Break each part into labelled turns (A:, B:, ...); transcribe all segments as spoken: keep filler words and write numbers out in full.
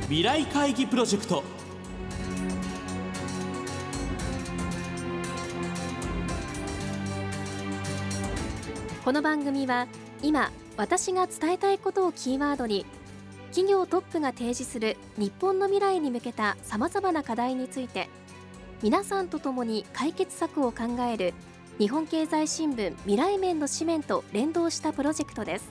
A: 未来会議プロジェクト。
B: この番組は今私が伝えたいことをキーワードに企業トップが提示する日本の未来に向けたさまざまな課題について皆さんと共に解決策を考える日本経済新聞未来面の紙面と連動したプロジェクトです。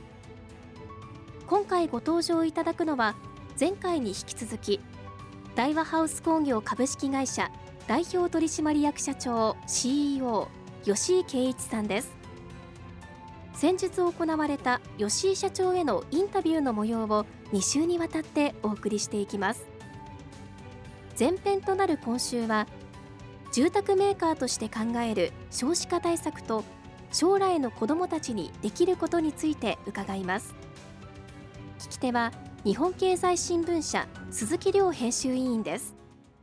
B: 今回ご登場いただくのは前回に引き続き大和ハウス工業株式会社代表取締役社長 シーイーオー 吉井圭一さんです。先日行われた吉井社長へのインタビューの模様をに週にわたってお送りしていきます。前編となる今週は住宅メーカーとして考える少子化対策と将来の子どもたちにできることについて伺います。聞き手は日本経済新聞社鈴木亮編集委員です。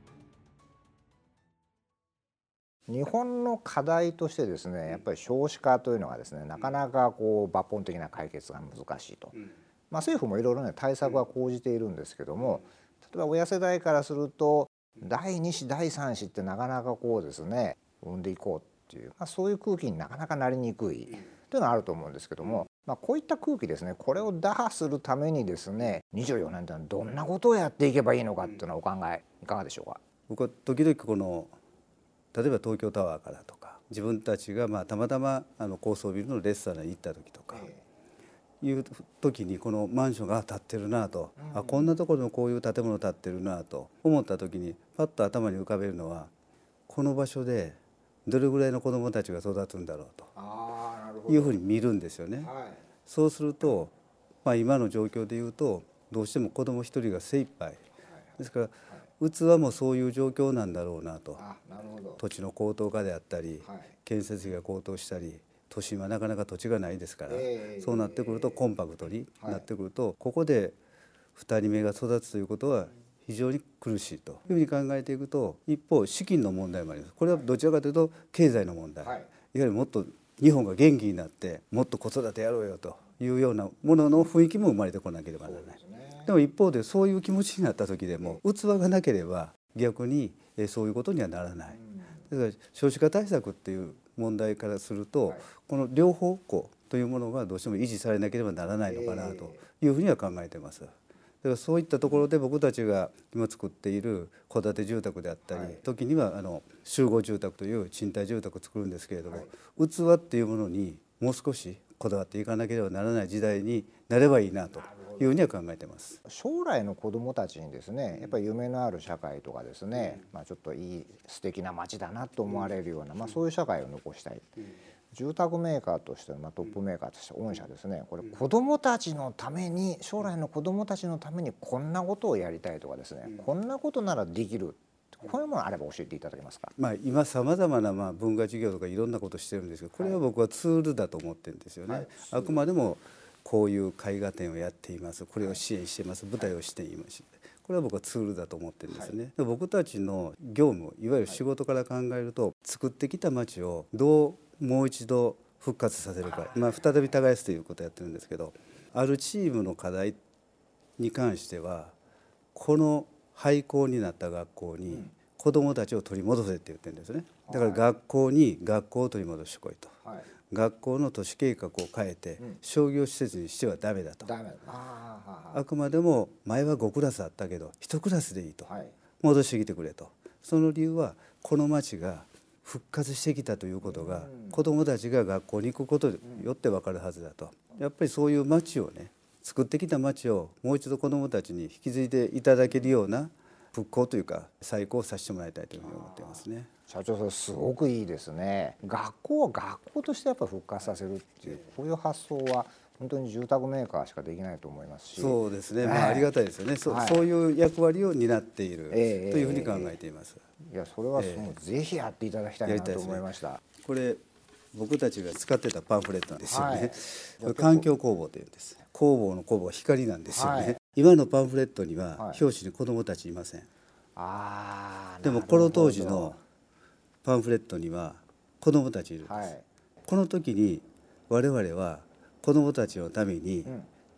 C: 日本の課題としてですね、やっぱり少子化というのがですね、なかなかこう抜本的な解決が難しいと、まあ、政府もいろいろね対策は講じているんですけども、例えば親世代からするとだいに子だいさん子ってなかなかこうですね産んでいこうっていう、まあ、そういう空気になかなかなりにくいというのはあると思うんですけども、まあ、こういった空気ですね、これを打破するためにですねにじゅうよねんというのはどんなことをやっていけばいいのかっていうのはお考えいかがでしょうか。
D: 僕は時々この例えば東京タワーからとか自分たちがまあたまたまあの高層ビルのレストランに行った時とかいう時にこのマンションが建ってるなと、うん、あこんなところのこういう建物建ってるなと思った時にパッと頭に浮かべるのはこの場所でどれぐらいの子どもたちが育つんだろうというふうに見るんですよね。はい、そうすると、まあ、今の状況でいうとどうしても子ども一人が精一杯ですから、器もそういう状況なんだろうなと。なるほど。土地の高騰化であったり、はい、建設費が高騰したり都心はなかなか土地がないですから、えー、そうなってくるとコンパクトになってくると、はい、ここでふたりめが育つということは非常に苦しいというふうに考えていくと、一方資金の問題もあります。これはどちらかというと経済の問題、はい、いわゆるもっと日本が元気になってもっと子育てやろうよというようなものの雰囲気も生まれてこなければならない。でも一方でそういう気持ちになった時でも器がなければ逆にそういうことにはならない。だから少子化対策っていう問題からすると、この両方向というものがどうしても維持されなければならないのかなというふうには考えています。だからそういったところで僕たちが今作っている戸建て住宅であったり、時にはあの集合住宅という賃貸住宅を作るんですけれども、器っていうものにもう少しこだわっていかなければならない時代になればいいなというふうには考えています。
C: 将来の子どもたちにですね、やっぱり夢のある社会とかですね、まあ、ちょっといい素敵な街だなと思われるような、まあ、そういう社会を残したい。住宅メーカーとして、まあ、トップメーカーとして御社ですね、これ子どもたちのために、将来の子どもたちのためにこんなことをやりたいとかですね、こんなことならできる、こういうものあれば教えていただけますか。
D: まあ、今さまざまなまあ文化事業とかいろんなことしてるんですけど、これは僕はツールだと思ってるんですよね。はい、あくまでもこういう絵画展をやっています、これを支援しています、舞台をしています、これは僕はツールだと思ってるんですね。はい、僕たちの業務、いわゆる仕事から考えると、作ってきた街をどうもう一度復活させるか、まあ、再び耕すということをやってるんですけど、あるチームの課題に関してはこの廃校になった学校に子どもたちを取り戻せって言ってるんですね。だから学校に学校を取り戻してこいと。はい、学校の都市計画を変えて商業施設にしてはダメだと。ダメだ。あ, あくまでも前はごクラスあったけどいちクラスでいいと、はい、戻してきてくれと。その理由はこの町が復活してきたということが子どもたちが学校に行くことによって分かるはずだと。やっぱりそういう町をね、作ってきた町をもう一度子どもたちに引き継いでいただけるような復興というか再興をさせてもらいたいというふうに思っていますね。
C: 社長、それすごくいいですね。学校を学校としてやっぱ復活させるっていう、こういう発想は本当に住宅メーカーしかできないと思いますし。
D: そうですね、まあ、ありがたいですよね。 そ,、はい、そういう役割を担っているというふうに考えています。
C: いや、それはその、えー、ぜひやっていただきたいなと思いました。
D: ね、これ僕たちが使ってたパンフレットなんですよね。はい、環境工房というんです。工房の工房は光なんですよね。はい、今のパンフレットには表紙に子どもたちいません。はい、あでもこの当時のパンフレットには子どもたちいるんです。はい、この時に我々は子どもたちのために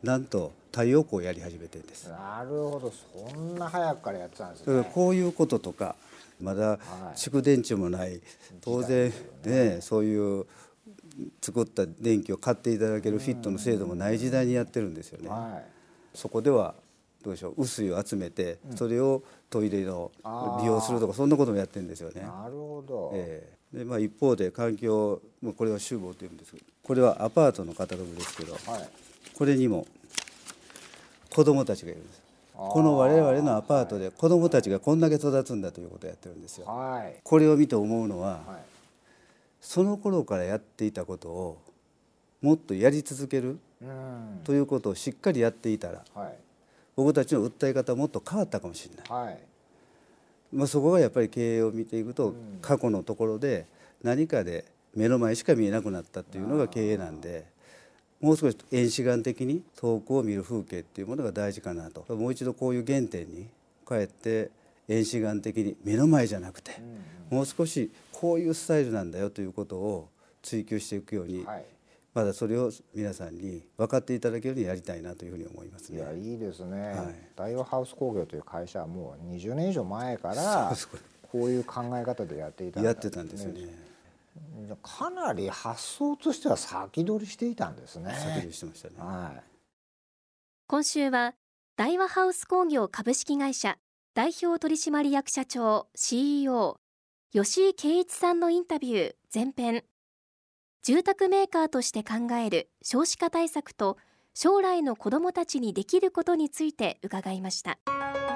D: なんと太陽光をやり始めてるんです。
C: なるほど、そんな早くからやってたんです
D: だから
C: ね。
D: こういうこととか、まだ蓄電池もない、当然ね、そういう作った電気を買っていただけるフィットの制度もない時代にやってるんですよね。
C: はい、
D: そこではどうでしょう、雨水を集めてそれをトイレの利用するとか、そんなこともやってるんですよね。
C: なるほど。
D: えーでまあ、一方で環境、これは集合というんですけど、これはアパートのカタログですけど、
C: はい、
D: これにも子どもたちがいるんです。この我々のアパートで子どもたちがこんだけ育つんだということをやってるんですよ。
C: はい、
D: これを見て思うのは、
C: はい、
D: その頃からやっていたことをもっとやり続ける
C: うん
D: ということをしっかりやっていたら、
C: はい、
D: 僕たちの訴え方はもっと変わったかもしれない。
C: はい、
D: まあ、そこがやっぱり経営を見ていくと、過去のところで何かで目の前しか見えなくなったっていうのが経営なんで、もう少し遠視眼的に遠くを見る風景っていうものが大事かなと。もう一度こういう原点に帰って遠視眼的に目の前じゃなくて、もう少しこういうスタイルなんだよということを追求していくように、
C: はい、
D: まだそれを皆さんに分かっていただけるようにやりたいなというふうに思いますね。
C: いや、いいですね。
D: はい、
C: 大和ハウス工業という会社はもうにじゅうねん以上前からこういう考え方でやっていたんですね。
D: やってたんですよね。
C: かなり発想としては先取りしていたんですね。
D: 先取りしてましたね。
C: はい、
B: 今週は大和ハウス工業株式会社代表取締役社長 シーイーオー 吉井圭一さんのインタビュー前編、住宅メーカーとして考える少子化対策と将来の子どもたちにできることについて伺いました。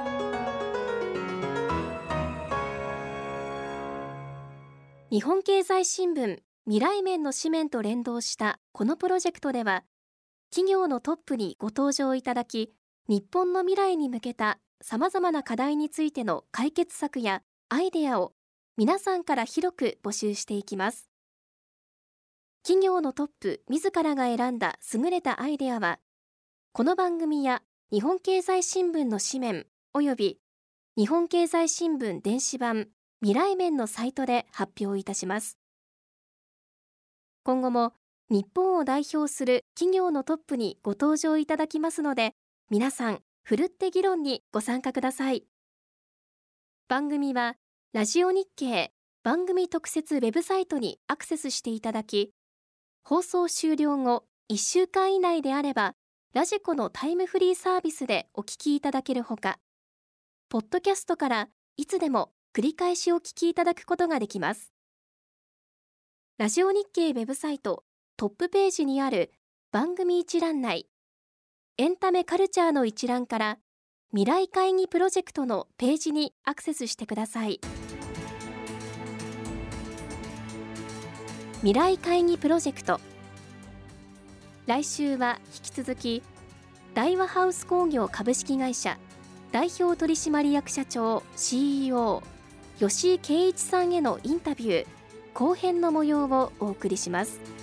B: 日本経済新聞未来面の紙面と連動したこのプロジェクトでは、企業のトップにご登場いただき、日本の未来に向けたさまざまな課題についての解決策やアイデアを皆さんから広く募集していきます。企業のトップ自らが選んだ優れたアイデアは、この番組や日本経済新聞の紙面および日本経済新聞電子版未来面のサイトで発表いたします。今後も日本を代表する企業のトップにご登場いただきますので、皆さんふるって議論にご参加ください。番組はラジオ日経番組特設ウェブサイトにアクセスしていただき、放送終了後いっしゅうかん以内であればラジコのタイムフリーサービスでお聞きいただけるほか、ポッドキャストからいつでも繰り返しお聞きいただくことができます。ラジオ日経ウェブサイトトップページにある番組一覧内、エンタメカルチャーの一覧から未来会議プロジェクトのページにアクセスしてください。未来会議プロジェクト、来週は引き続き大和ハウス工業株式会社代表取締役社長 シーイーオー 吉井圭一さんへのインタビュー後編の模様をお送りします。